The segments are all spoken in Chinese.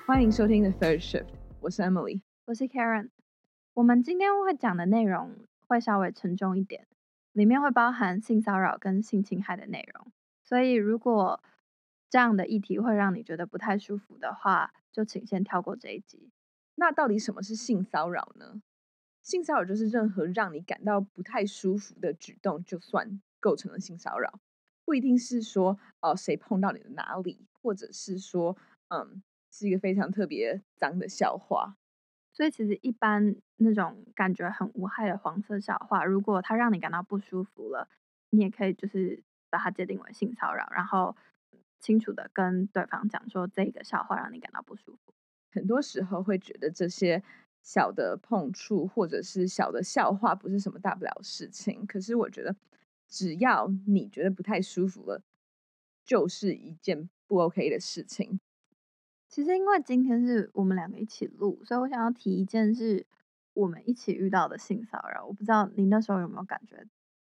欢迎收听 The Third Shift， 我是 Emily， 我是 Karen。我们今天会讲的内容会稍微沉重一点，里面会包含性骚扰跟性侵害的内容，所以如果这样的议题会让你觉得不太舒服的话，就请先跳过这一集。 那到底什么是性骚扰呢？性骚扰就是任何让你感到不太舒服的举动，就算构成了性骚扰，不一定是说谁碰到你的哪里，或者是说是一个非常特别脏的笑话。 所以其实一般那种感觉很无害的黄色笑话，如果它让你感到不舒服了，你也可以就是把它界定为性骚扰，然后清楚的跟对方讲说这个笑话让你感到不舒服。 很多时候会觉得这些小的碰触或者是小的笑话不是什么大不了的事情，可是我觉得只要你觉得不太舒服了，就是一件不 OK 的事情。 其实因为今天是我们两个一起录，所以我想要提一件是我们一起遇到的性骚扰。我不知道你那时候有没有感觉？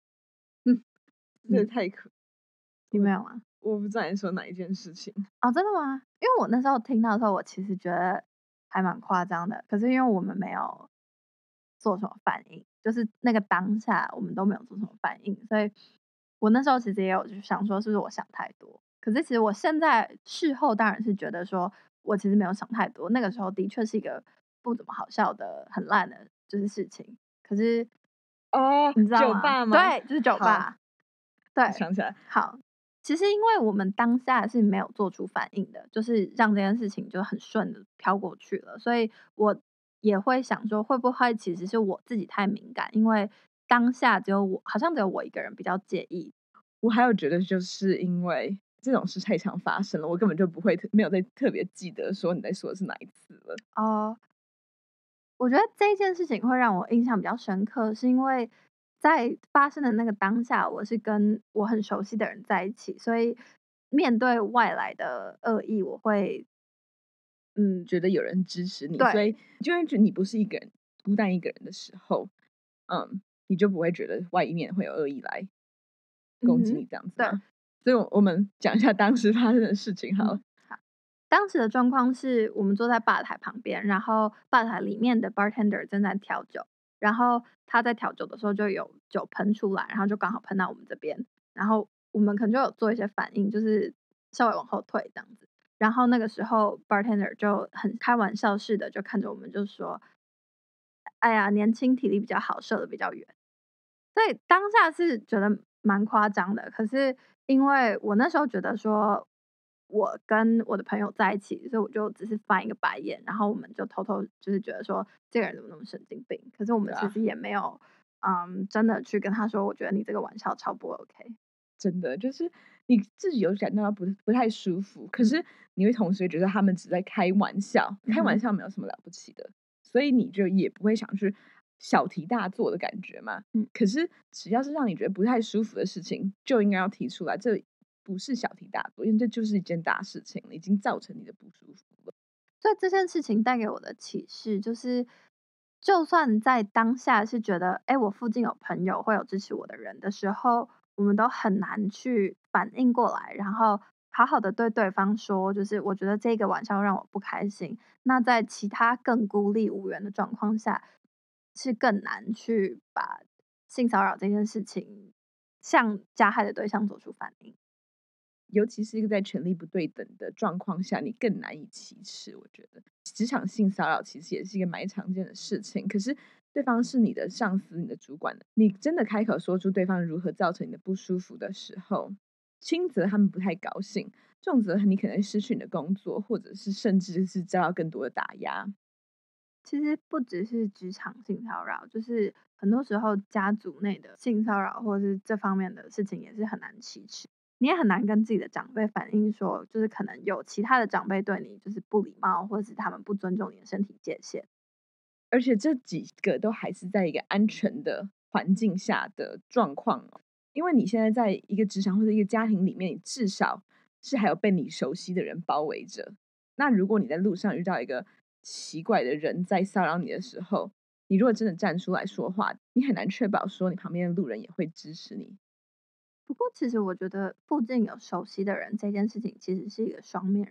这太你没有吗？ 我不知道你说哪一件事情。 哦，真的吗？因为我那时候听到的时候，我其实觉得还蛮夸张的。可是因为我们没有做什么反应，就是那个当下我们都没有做什么反应，所以我那时候其实也有就想说是不是我想太多。可是其实我现在事后当然是觉得说我其实没有想太多，那个时候的确是一个不怎么好笑的、很烂的就是事情。可是你知道酒吗？ 吧吗？ 对，就是酒吧。对， 想起来。 好，其实因为我们当下是没有做出反应的，就是让这件事情就很顺的飘过去了，所以我也会想说，会不会其实是我自己太敏感，因为当下好像只有我一个人比较介意。 我还有觉得就是因为这种事太常发生了，我根本就不会没有在特别记得说你在说的是哪一次了。 哦，我觉得这一件事情会让我印象比较深刻，是因为在发生的那个当下，我是跟我很熟悉的人在一起，所以面对外来的恶意，我会觉得有人支持你，所以对， 就会觉得你不是一个人孤单一个人的时候，你就不会觉得外面会有恶意来攻击你这样子对。 吗？所以我们讲一下当时发生的事情好了。 好，当时的状况是我们坐在吧台旁边，然后吧台里面的 bartender 正在调酒，然后他在调酒的时候就有酒喷出来，然后就刚好喷到我们这边，然后我们可能就有做一些反应，就是稍微往后退这样子。然后那个时候 bartender 就很开玩笑似的就看着我们就说：“哎呀，年轻体力比较好，射得比较远。”所以当下是觉得蛮夸张的，可是因为我那时候觉得说，我跟我的朋友在一起，所以我就只是翻一个白眼，然后我们就偷偷就是觉得说，这个人怎么那么神经病？可是我们对啊， 其实也没有，真的去跟他说，我觉得你这个玩笑超不 OK。 真的就是你自己有感到不太舒服，可是你会同时觉得他们只在开玩笑，开玩笑没有什么了不起的，所以你就也不会想去小题大做的感觉嘛。 嗯， 可是只要是让你觉得不太舒服的事情，就应该要提出来，这不是小题大做，因为这就是一件大事情了，已经造成你的不舒服了。 所以这件事情带给我的启示就是，就算在当下是觉得，哎，我附近有朋友会有支持我的人的时候，我们都很难去反应过来，然后好好的对对方说，就是我觉得这个玩笑让我不开心。那在其他更孤立无援的状况下，是更难去把性骚扰这件事情向加害的对象做出反应。 尤其是一个在权力不对等的状况下，你更难以启齿。我觉得职场性骚扰其实也是一个蛮常见的事情，可是对方是你的上司、你的主管，你真的开口说出对方如何造成你的不舒服的时候，轻则他们不太高兴，重则你可能失去你的工作，或者是甚至是遭到更多的打压。 其实不只是职场性骚扰，就是很多时候家族内的性骚扰或者是这方面的事情也是很难启齿。你也很难跟自己的长辈反映说，就是可能有其他的长辈对你就是不礼貌，或者是他们不尊重你的身体界限。 而且这几个都还是在一个安全的环境下的状况哦，因为你现在在一个职场或者一个家庭里面，你至少是还有被你熟悉的人包围着。那如果你在路上遇到一个奇怪的人在骚扰你的时候，你如果真的站出来说话，你很难确保说你旁边的路人也会支持你。 不过其实我觉得附近有熟悉的人这件事情其实是一个双面刃，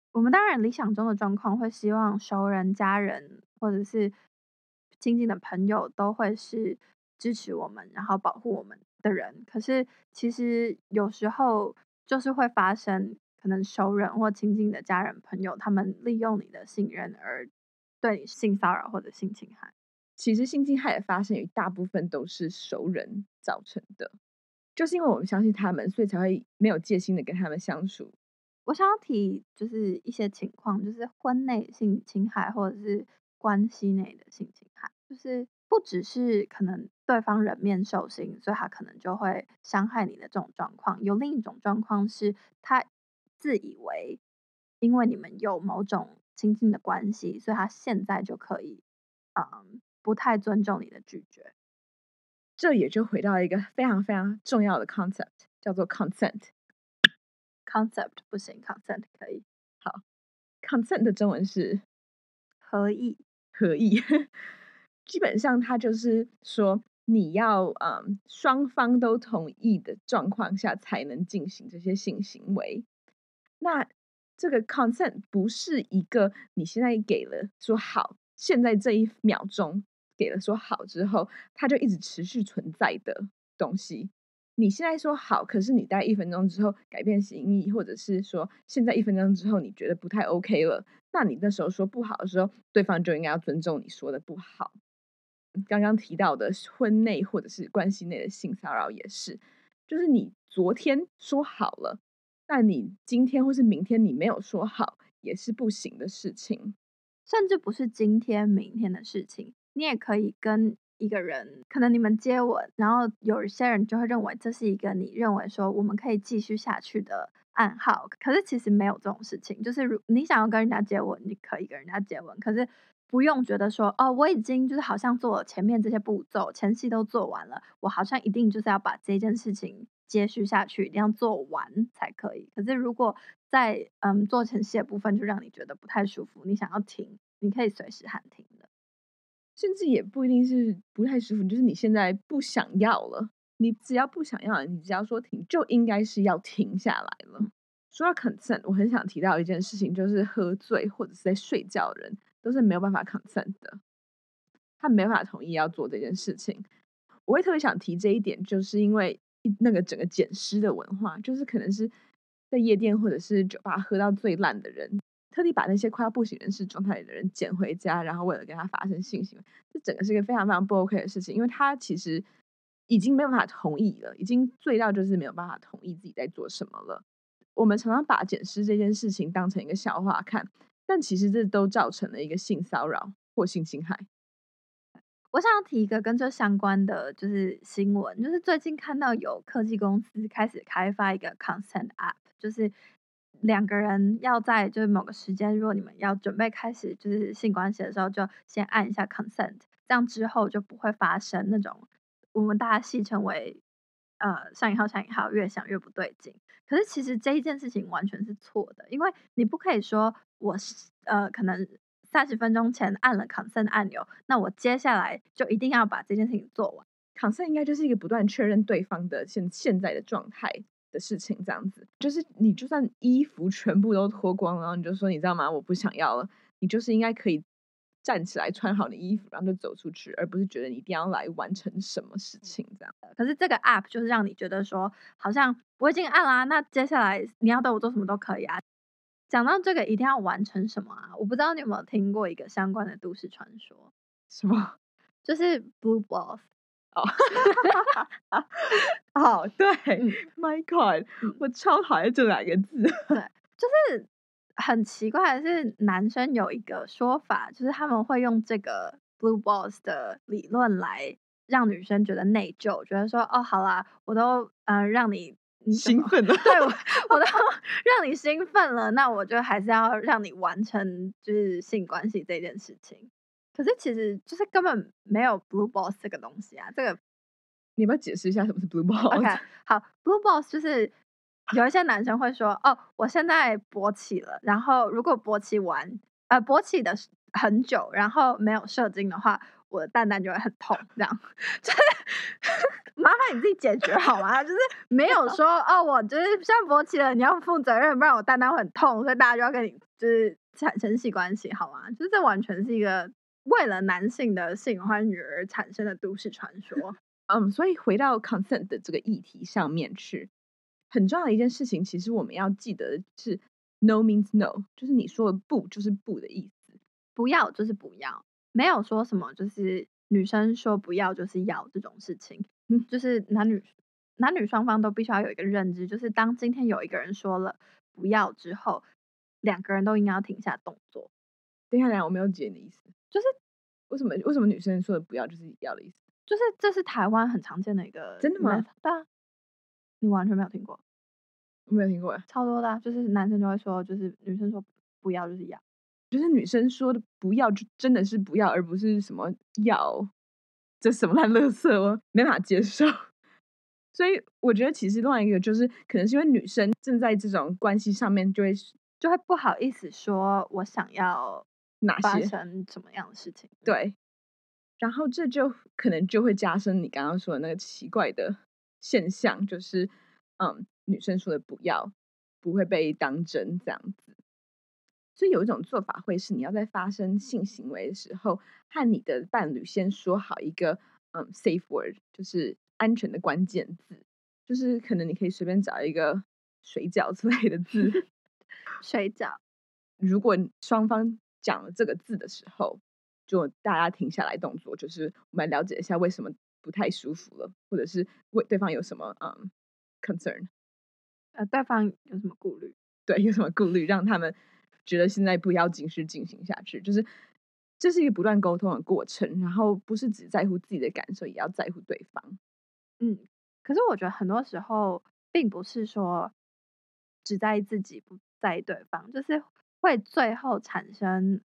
我们当然理想中的状况会希望熟人、家人或者是亲近的朋友都会是支持我们，然后保护我们的人。可是其实有时候就是会发生，可能熟人或亲近的家人、朋友，他们利用你的信任而对你性骚扰或者性侵害。 其实性侵害的发生有一大部分都是熟人造成的，就是因为我们相信他们，所以才会没有戒心的跟他们相处。 我想要提就是一些情况，就是婚内性侵害或者是关系内的性侵害，就是不只是可能对方人面兽心，所以他可能就会伤害你的这种状况。有另一种状况是，他自以为因为你们有某种亲近的关系，所以他现在就可以，不太尊重你的拒绝。 这也就回到一个非常非常重要的 concept，叫做 consent。 concept 不行，consent 可以。 好，consent 的中文是合意。 合意，基本上它就是说你要双方都同意的状况下才能进行这些性行为。那这个 consent 不是一个你现在给了说好，现在这一秒钟给了说好之后，它就一直持续存在的东西。你现在说好，可是你大概1分钟之后改变心意，或者是说现在1分钟之后你觉得不太 OK 了，那你那时候说不好的时候，对方就应该要尊重你说的不好。刚刚提到的婚内或者是关系内的性骚扰也是，就是你昨天说好了，但你今天或是明天你没有说好，也是不行的事情。 甚至不是今天、明天的事情，你也可以跟一个人，可能你们接吻，然后有一些人就会认为这是一个你认为说我们可以继续下去的暗号，可是其实没有这种事情。就是你想要跟人家接吻，你可以跟人家接吻，可是不用觉得说哦，我已经就是好像做了前面这些步骤，前戏都做完了，我好像一定就是要把这件事情接续下去，一定要做完才可以。可是如果在做前戏的部分就让你觉得不太舒服，你想要停，你可以随时喊停的。 甚至也不一定是不太舒服，就是你现在不想要了，你只要不想要了，你只要说停，就应该是要停下来了。说到 consent，我很想提到一件事情，就是喝醉或者是在睡觉的人都是没有办法 consent 的，他没办法同意要做这件事情。我会特别想提这一点，就是因为那个整个捡尸的文化，就是可能是在夜店或者是酒吧喝到最烂的人，特地把那些快要不省人事状态里的人捡回家，然后为了跟他发生性行为，这整个是一个非常非常不 OK 的事情，因为他其实已经没有办法同意了，已经醉到就是没有办法同意自己在做什么了。我们常常把捡尸这件事情当成一个笑话看，但其实这都造成了一个性骚扰或性侵害。 我想要提一个跟这相关的就是新闻，就是最近看到有科技公司开始开发一个 consent app，就是两个人要在就是某个时间，如果你们要准备开始就是性关系的时候，就先按一下 consent，这样之后就不会发生那种我们大家戏称为上引号上引号越想越不对劲。可是其实这一件事情完全是错的，因为你不可以说我是可能30分钟前按了 consent 按钮，那我接下来就一定要把这件事情做完。 consent 应该就是一个不断确认对方的现在的状态的事情，这样子。就是你就算衣服全部都脱光了，然后你就说你知道吗？我不想要了，你就是应该可以站起来穿好你衣服，然后就走出去，而不是觉得你一定要来完成什么事情这样。 可是这个 app 就是让你觉得说，好像我已经按啦，那接下来你要对我做什么都可以啊。讲到这个一定要完成什么啊？我不知道你有没有听过一个相关的都市传说， 什么？ 就是 blue balls。 哦，好，对嗯 ，My God，我超讨厌这2个字。 对，就是很奇怪的是，男生有一个说法，就是他们会用这个 blue balls 的理论来让女生觉得内疚，觉得说哦，好啦，我都让你兴奋了， 对我都让你兴奋了，那我就还是要让你完成就是性关系这件事情。可是其实就是根本没有 blue balls 这个东西啊，这个你要不要解释一下什么是 blue balls？ OK， 好 ，blue balls 就是有一些男生会说，哦，我现在勃起了，然后如果勃起完，勃起的很久，然后没有射精的话，我的蛋蛋就会很痛，这样，就是麻烦你自己解决好吗？就是没有说，哦，我就是现在勃起了，你要负责任，不然我蛋蛋会很痛，所以大家就要跟你就是产生性关系，好吗？就是这完全是一个为了男性的性欢愉而产生的都市传说。 所以回到 consent 的这个议题上面去，很重要的一件事情，其实我们要记得的是 no means no，就是你说的不就是不的意思。 不要就是不要，没有说什么就是女生说不要就是要这种事情。就是男女双方都必须要有一个认知，就是当今天有一个人说了不要之后，两个人都应该要停下动作。 等一下，我没有解你的意思， 就是为什么女生说的不要就是要的意思？ 这是台湾很常见的一个真的吗？ 对啊，你完全没有听过？ 我没有听过呀。 超多的啊，就是男生就会说，就是女生说不要就是要。 就是女生说的不要就真的是不要，而不是什么要，这什么烂垃圾哦，没法接受。所以我觉得其实另外一个就是可能是因为女生正在这种关系上面就会不好意思说我想要发哪些生什么样的事情。 对，然后这就可能就会加深你刚刚说的那个奇怪的现象，就是女生说的不要不会被当真这样子。所以有一种做法会是你要在发生性行为的时候，和你的伴侣先说好一个safe word，就是安全的关键字，就是可能你可以随便找一个水饺之类的字。 水饺。 如果双方讲了这个字的时候，就大家停下来动作，就是我们来了解一下为什么不太舒服了，或者是为对方有什么concern， 对方有什么顾虑？ 对，有什么顾虑，让他们觉得现在不要继续进行下去，就是这是一个不断沟通的过程，然后不是只在乎自己的感受，也要在乎对方。 可是我觉得很多时候并不是说只在意自己不在意对方，就是会最后产生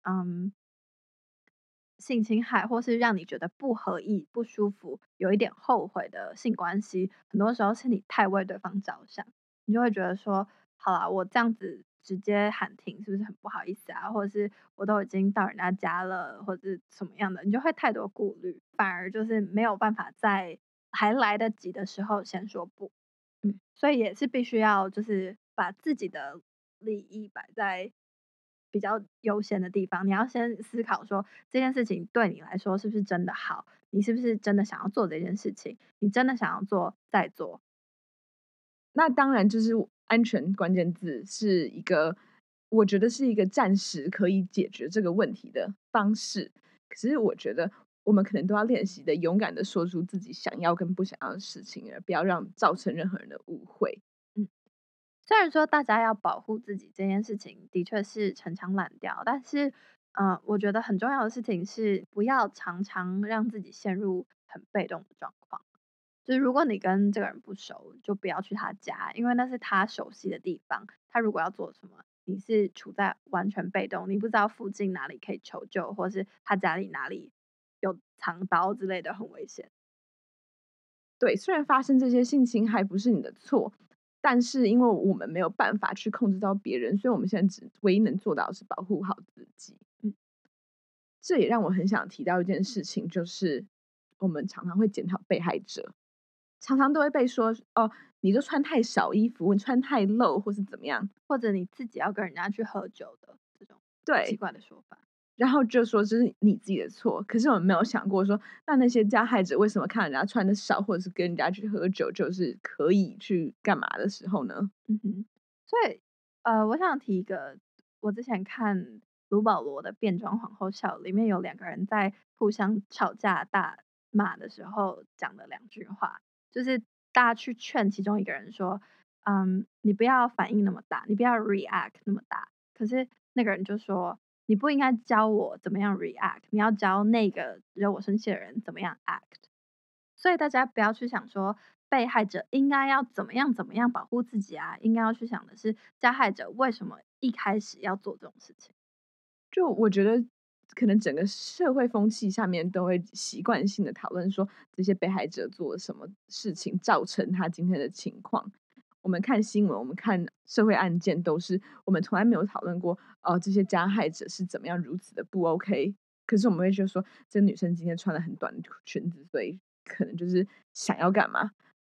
性侵害，或是让你觉得不合意、不舒服、有一点后悔的性关系，很多时候是你太为对方着想，你就会觉得说，好啦，我这样子直接喊停是不是很不好意思啊？或者是我都已经到人家家了，或者是什么样的，你就会太多顾虑，反而就是没有办法在还来得及的时候先说不。所以也是必须要就是把自己的利益摆在比较优先的地方，你要先思考说这件事情对你来说是不是真的好，你是不是真的想要做这件事情，你真的想要做再做。 那当然，就是安全关键字是一个，我觉得是一个暂时可以解决这个问题的方式。可是我觉得我们可能都要练习的，勇敢的说出自己想要跟不想要的事情，而不要让造成任何人的误会。 虽然说大家要保护自己这件事情的确是陈腔滥调，但是，我觉得很重要的事情是不要常常让自己陷入很被动的状况。就是如果你跟这个人不熟，就不要去他家，因为那是他熟悉的地方。他如果要做什么，你是处在完全被动，你不知道附近哪里可以求救，或是他家里哪里有藏刀之类的，很危险。 对，虽然发生这些性侵害不是你的错，但是因为我们没有办法去控制到别人，所以我们现在唯一能做到的是保护好自己。这也让我很想提到一件事情，就是我们常常会检讨被害者，常常都会被说哦，你就穿太少衣服，你穿太露，或是怎么样。 或者你自己要跟人家去喝酒的这种奇对， 怪的说法。 然后就说这是你自己的错。可是我们没有想过说，那些加害者为什么看人家穿的少，或者是跟人家去喝酒，就是可以去干嘛的时候呢？ 所以，我想提一个，我之前看卢保罗的《变装皇后笑》，里面有两个人在互相吵架大骂的时候讲的两句话，就是大家去劝其中一个人说，你不要反应那么大，你不要 react 那么大。可是那个人就说，你不应该教我怎么样 react，你要教那个惹我生气的人怎么样 act。所以大家不要去想说被害者应该要怎么样怎么样保护自己啊，应该要去想的是加害者为什么一开始要做这种事情。 就我觉得，可能整个社会风气下面都会习惯性的讨论说，这些被害者做了什么事情造成他今天的情况。我们看新闻，我们看社会案件，都是我们从来没有讨论过，这些加害者是怎么样如此的不 OK。可是我们会觉得说，这女生今天穿了很短的裙子，所以可能就是想要干嘛？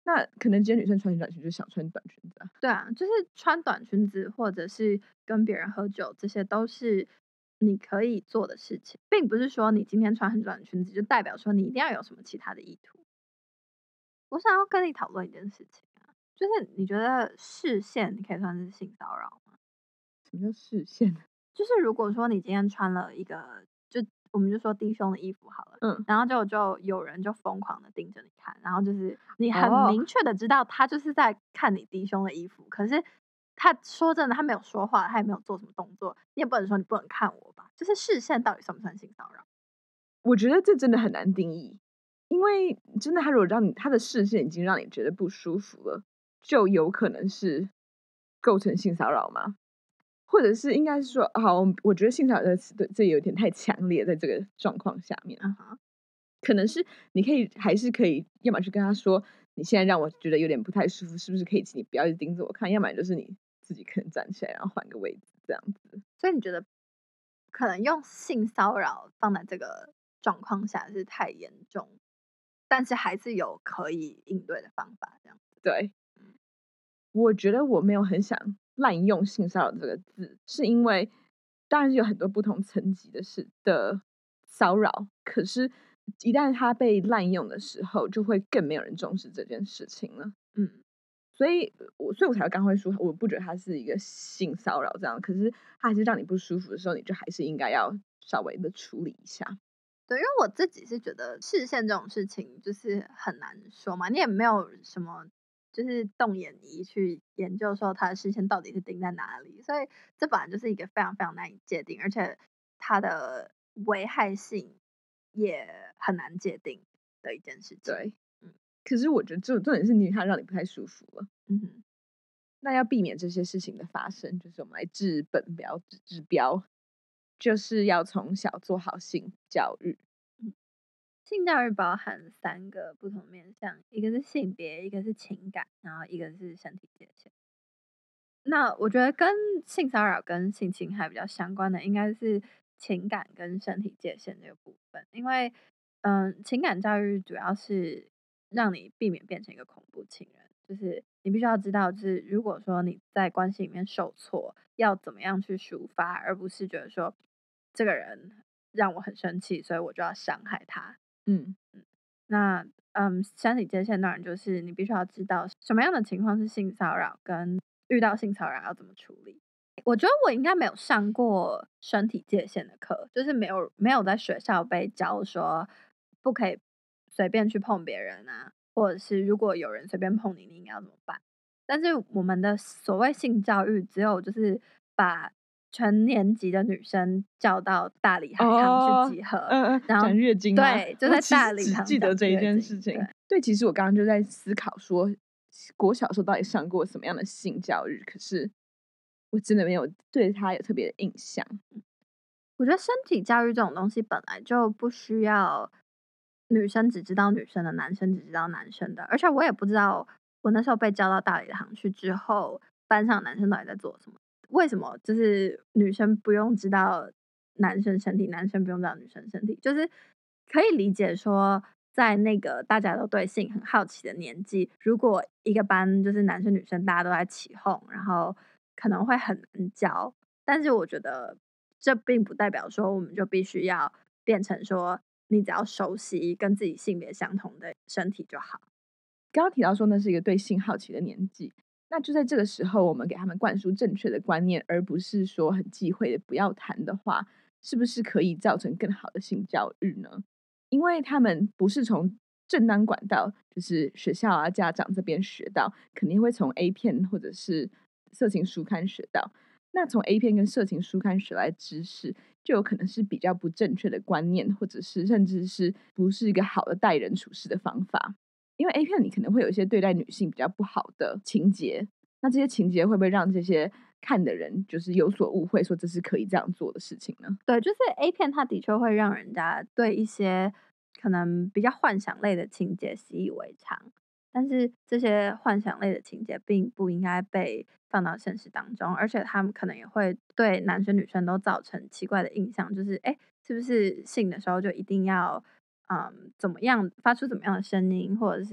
那可能今天女生穿短裙就想穿短裙子啊。 对啊，就是穿短裙子或者是跟别人喝酒，这些都是你可以做的事情，并不是说你今天穿很短的裙子就代表说你一定要有什么其他的意图。我想要跟你讨论一件事情啊，就是你觉得视线你可以算是性骚扰吗？ 什么叫视线？ 就是如果说你今天穿了一个，就我们就说低胸的衣服好了， 嗯， 然后就有人就疯狂的盯着你看，然后就是你很哦， 明确的知道他就是在看你低胸的衣服，可是他说真的，他没有说话，他也没有做什么动作，你也不能说你不能看我吧？就是视线到底算不算性骚扰？ 我觉得这真的很难定义，因为真的他如果让你他的视线已经让你觉得不舒服了，就有可能是构成性骚扰吗？或者是应该是说，好，我觉得性骚扰这个词对这有点太强烈，在这个状况下面， 嗯哼， 可能是你还是可以，要么去跟他说，你现在让我觉得有点不太舒服，是不是可以请你不要一直盯着我看？要么就是你自己可能站起来，然后换个位置这样子。 所以你觉得可能用性骚扰放在这个状况下是太严重，但是还是有可以应对的方法，这样。 对，我觉得我没有很想滥用性骚扰这个字，是因为当然是有很多不同层级的骚扰，可是一旦它被滥用的时候，就会更没有人重视这件事情了。 嗯， 所以我才会刚会说，我不觉得它是一个性骚扰这样，可是它还是让你不舒服的时候，你就还是应该要稍微的处理一下。 对，因为我自己是觉得视线这种事情就是很难说嘛，你也没有什么就是动眼仪去研究说他的视线到底是盯在哪里，所以这本来就是一个非常非常难以界定，而且它的危害性也很难界定的一件事情。 对， 嗯可是我觉得重点是它让你不太舒服了。 嗯哼。 那要避免这些事情的发生，就是我们来治本不要治治标，就是要从小做好性教育。 性教育包含3个不同面向，一个是性别，一个是情感，然后一个是身体界限。那我觉得跟性骚扰跟性侵害比较相关的，应该是情感跟身体界限这个部分。因为，情感教育主要是让你避免变成一个恐怖情人，就是你必须要知道，就是如果说你在关系里面受挫，要怎么样去抒发，而不是觉得说这个人让我很生气，所以我就要伤害他。 嗯， 那身体界限当然就是你必须要知道什么样的情况是性骚扰，跟遇到性骚扰要怎么处理。我觉得我应该没有上过身体界限的课，就是没有在学校被教说不可以随便去碰别人啊，或者是如果有人随便碰你，你应该要怎么办？但是我们的所谓性教育，只有就是把全年级的女生叫到大礼堂去哦， 集合，然后讲月经吗？ 对，就在我其实只大礼堂讲记得这一月经， 件事情。 对。 对，其实我刚刚就在思考说，国小时候到底上过什么样的性教育，可是我真的没有对他有特别的印象。 我觉得身体教育这种东西本来就不需要女生只知道女生的，男生只知道男生的，而且我也不知道我那时候被叫到大礼堂去之后，班上男生到底在做什么？为什么就是女生不用知道男生身体，男生不用知道女生身体？就是可以理解说，在那个大家都对性很好奇的年纪，如果一个班就是男生女生大家都在起哄，然后可能会很难教。但是我觉得这并不代表说我们就必须要变成说，你只要熟悉跟自己性别相同的身体就好。 刚刚提到说那是一个对性好奇的年纪，那就在这个时候，我们给他们灌输正确的观念，而不是说很忌讳的不要谈的话，是不是可以造成更好的性教育呢？因为他们不是从正当管道，就是学校啊、家长这边学到，肯定会从 A 片或者是色情书刊学到。那从 A 片跟色情书刊学来知识，就有可能是比较不正确的观念，或者是甚至是不是一个好的待人处事的方法。因为 A 片里可能会有一些对待女性比较不好的情节，那这些情节会不会让这些看的人就是有所误会，说这是可以这样做的事情呢？ 对，就是 A 片，它的确会让人家对一些可能比较幻想类的情节习以为常，但是这些幻想类的情节并不应该被放到现实当中，而且他们可能也会对男生女生都造成奇怪的印象，就是是不是性的时候就一定要怎么样发出怎么样的声音，或者是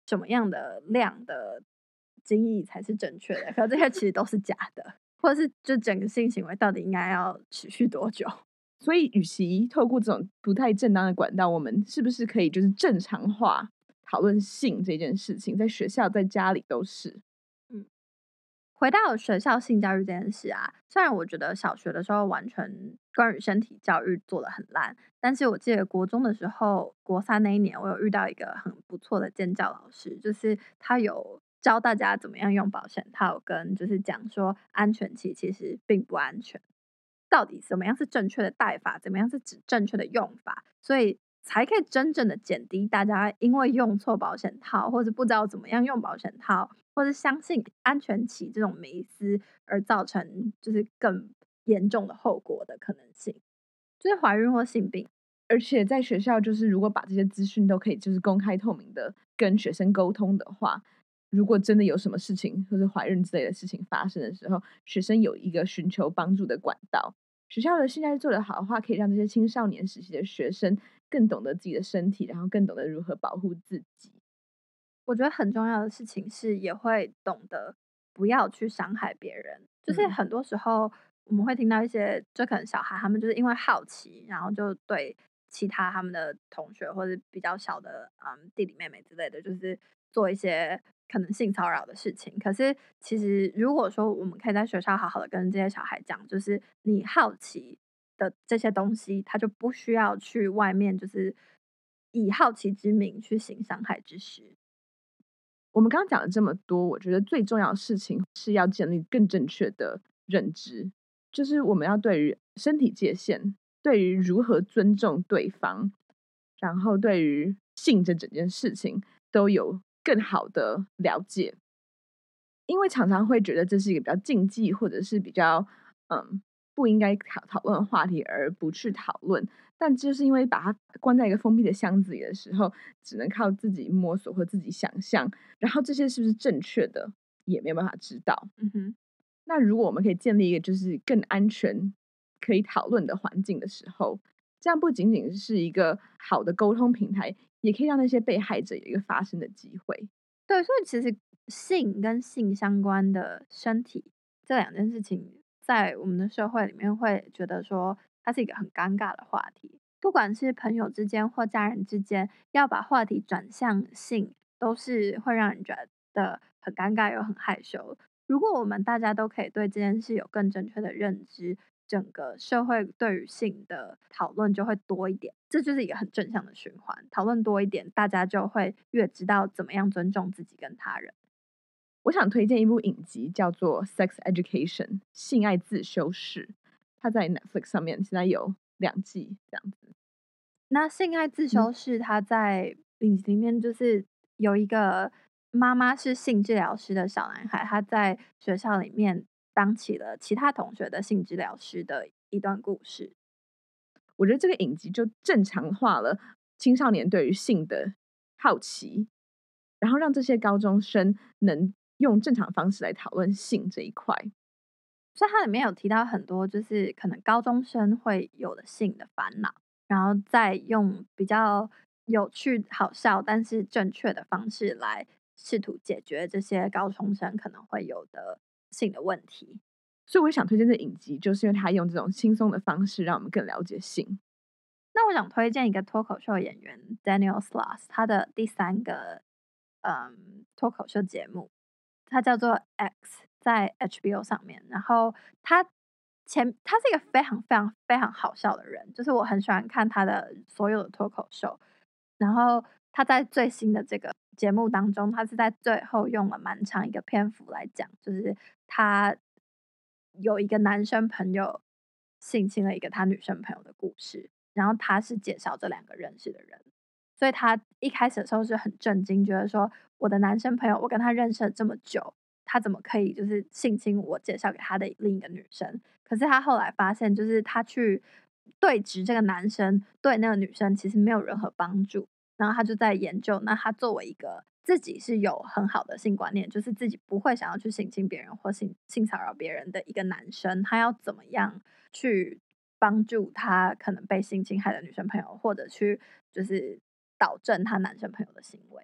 什么样的量的精液才是正确的，可这些其实都是假的，或者是就整个性行为到底应该要持续多久？ 所以，与其透过这种不太正当的管道，我们是不是可以就是正常化讨论性这件事情，在学校、在家里都是？ 嗯。回到学校性教育这件事啊，虽然我觉得小学的时候完全关于身体教育做得很烂，但是我记得国中的时候，国三那一年，我有遇到一个很不错的健教老师，就是他有教大家怎么样用保险套，跟就是讲说安全期其实并不安全，到底怎么样是正确的戴法，怎么样是指正确的用法，所以才可以真正的减低大家因为用错保险套，或者不知道怎么样用保险套，或者相信安全期这种迷思而造成就是更严重的后果的可能性，就是怀孕或性病。 而且在学校，就是如果把这些资讯都可以就是公开透明的跟学生沟通的话，如果真的有什么事情或者怀孕之类的事情发生的时候，学生有一个寻求帮助的管道。学校的性教育做得好的话，可以让这些青少年时期的学生更懂得自己的身体，然后更懂得如何保护自己。 我觉得很重要的事情是，也会懂得不要去伤害别人。就是嗯， 很多时候我们会听到一些，就可能小孩他们就是因为好奇，然后就对其他他们的同学或者比较小的弟弟妹妹之类的，就是做一些可能性骚扰的事情。可是其实如果说我们可以在学校好好的跟这些小孩讲，就是你好奇的这些东西，他就不需要去外面就是以好奇之名去行伤害之实。 我们刚刚讲了这么多，我觉得最重要的事情是要建立更正确的认知，就是我们要对于身体界限，对于如何尊重对方，然后对于性这整件事情都有更好的了解。因为常常会觉得这是一个比较禁忌，或者是比较嗯不应该讨论的话题，而不去讨论。但就是因为把它关在一个封闭的箱子里的时候，只能靠自己摸索或自己想象，然后这些是不是正确的，也没有办法知道。 嗯哼。 那如果我们可以建立一个就是更安全、可以讨论的环境的时候，这样不仅仅是一个好的沟通平台，也可以让那些被害者有一个发声的机会。 对，所以其实性跟性相关的身体这两件事情，在我们的社会里面会觉得说它是一个很尴尬的话题。不管是朋友之间或家人之间，要把话题转向性，都是会让人觉得很尴尬又很害羞。如果我们大家都可以对这件事有更正确的认知，整个社会对于性的讨论就会多一点，这就是一个很正向的循环。讨论多一点，大家就会越知道怎么样尊重自己跟他人。 我想推荐一部影集，叫做《Sex Education》性爱自修室，它在 Netflix 上面现在有2季这样子。 那性爱自嗯， 修室，它在影集里面就是有一个妈妈是性治疗师的小男孩，他在学校里面当起了其他同学的性治疗师的一段故事。 我觉得这个影集就正常化了青少年对于性的好奇，然后让这些高中生能用正常方式来讨论性这一块。 所以它里面有提到很多就是可能高中生会有的性的烦恼，然后再用比较有趣、好笑但是正确的方式来试图解决这些高中生可能会有的性的问题。 所以我想推荐这影集，就是因为他用这种轻松的方式，让我们更了解性。 那我想推荐一个脱口秀演员 Daniel Sloss，他的第三个脱口秀节目，它叫做 X，在 HBO 上面。然后他他是一个非常非常非常好笑的人，就是我很喜欢看他的所有的脱口秀。然后他在最新的这个节目当中，他是在最后用了蛮长一个篇幅来讲，就是他有一个男生朋友性侵了一个他女生朋友的故事，然后他是介绍这两个认识的人，所以他一开始的时候是很震惊，觉得说我的男生朋友，我跟他认识了这么久，他怎么可以就是性侵我介绍给他的另一个女生？可是他后来发现，就是他去对质这个男生，对那个女生其实没有任何帮助。然后他就在研究，那他作为一个自己是有很好的性观念，就是自己不会想要去性侵别人或性骚扰别人的一个男生，他要怎么样去帮助他可能被性侵害的女生朋友，或者去就是导正他男生朋友的行为？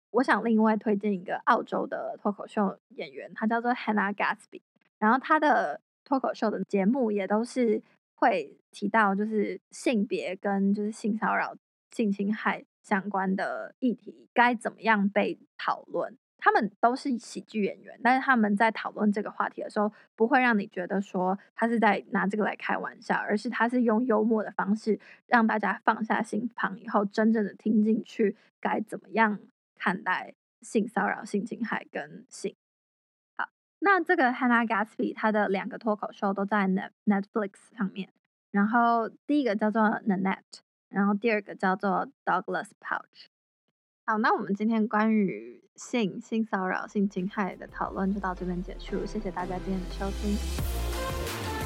我想另外推荐一个澳洲的脱口秀演员，他叫做 Hannah Gatsby，然后他的脱口秀的节目也都是会提到就是性别跟就是性骚扰、性侵害相关的议题该怎么样被讨论。他们都是喜剧演员，但是他们在讨论这个话题的时候，不会让你觉得说他是在拿这个来开玩笑，而是他是用幽默的方式让大家放下心防以后，真正的听进去该怎么样看待性骚扰、性侵害跟性。好，那这个 Hannah Gatsby 她的2个脱口秀都在 Netflix 上面，然后第一个叫做 Nanette， 然后第2个叫做 Douglas Pouch。好，那我们今天关于性骚扰、性侵害的讨论就到这边结束，谢谢大家今天的收听。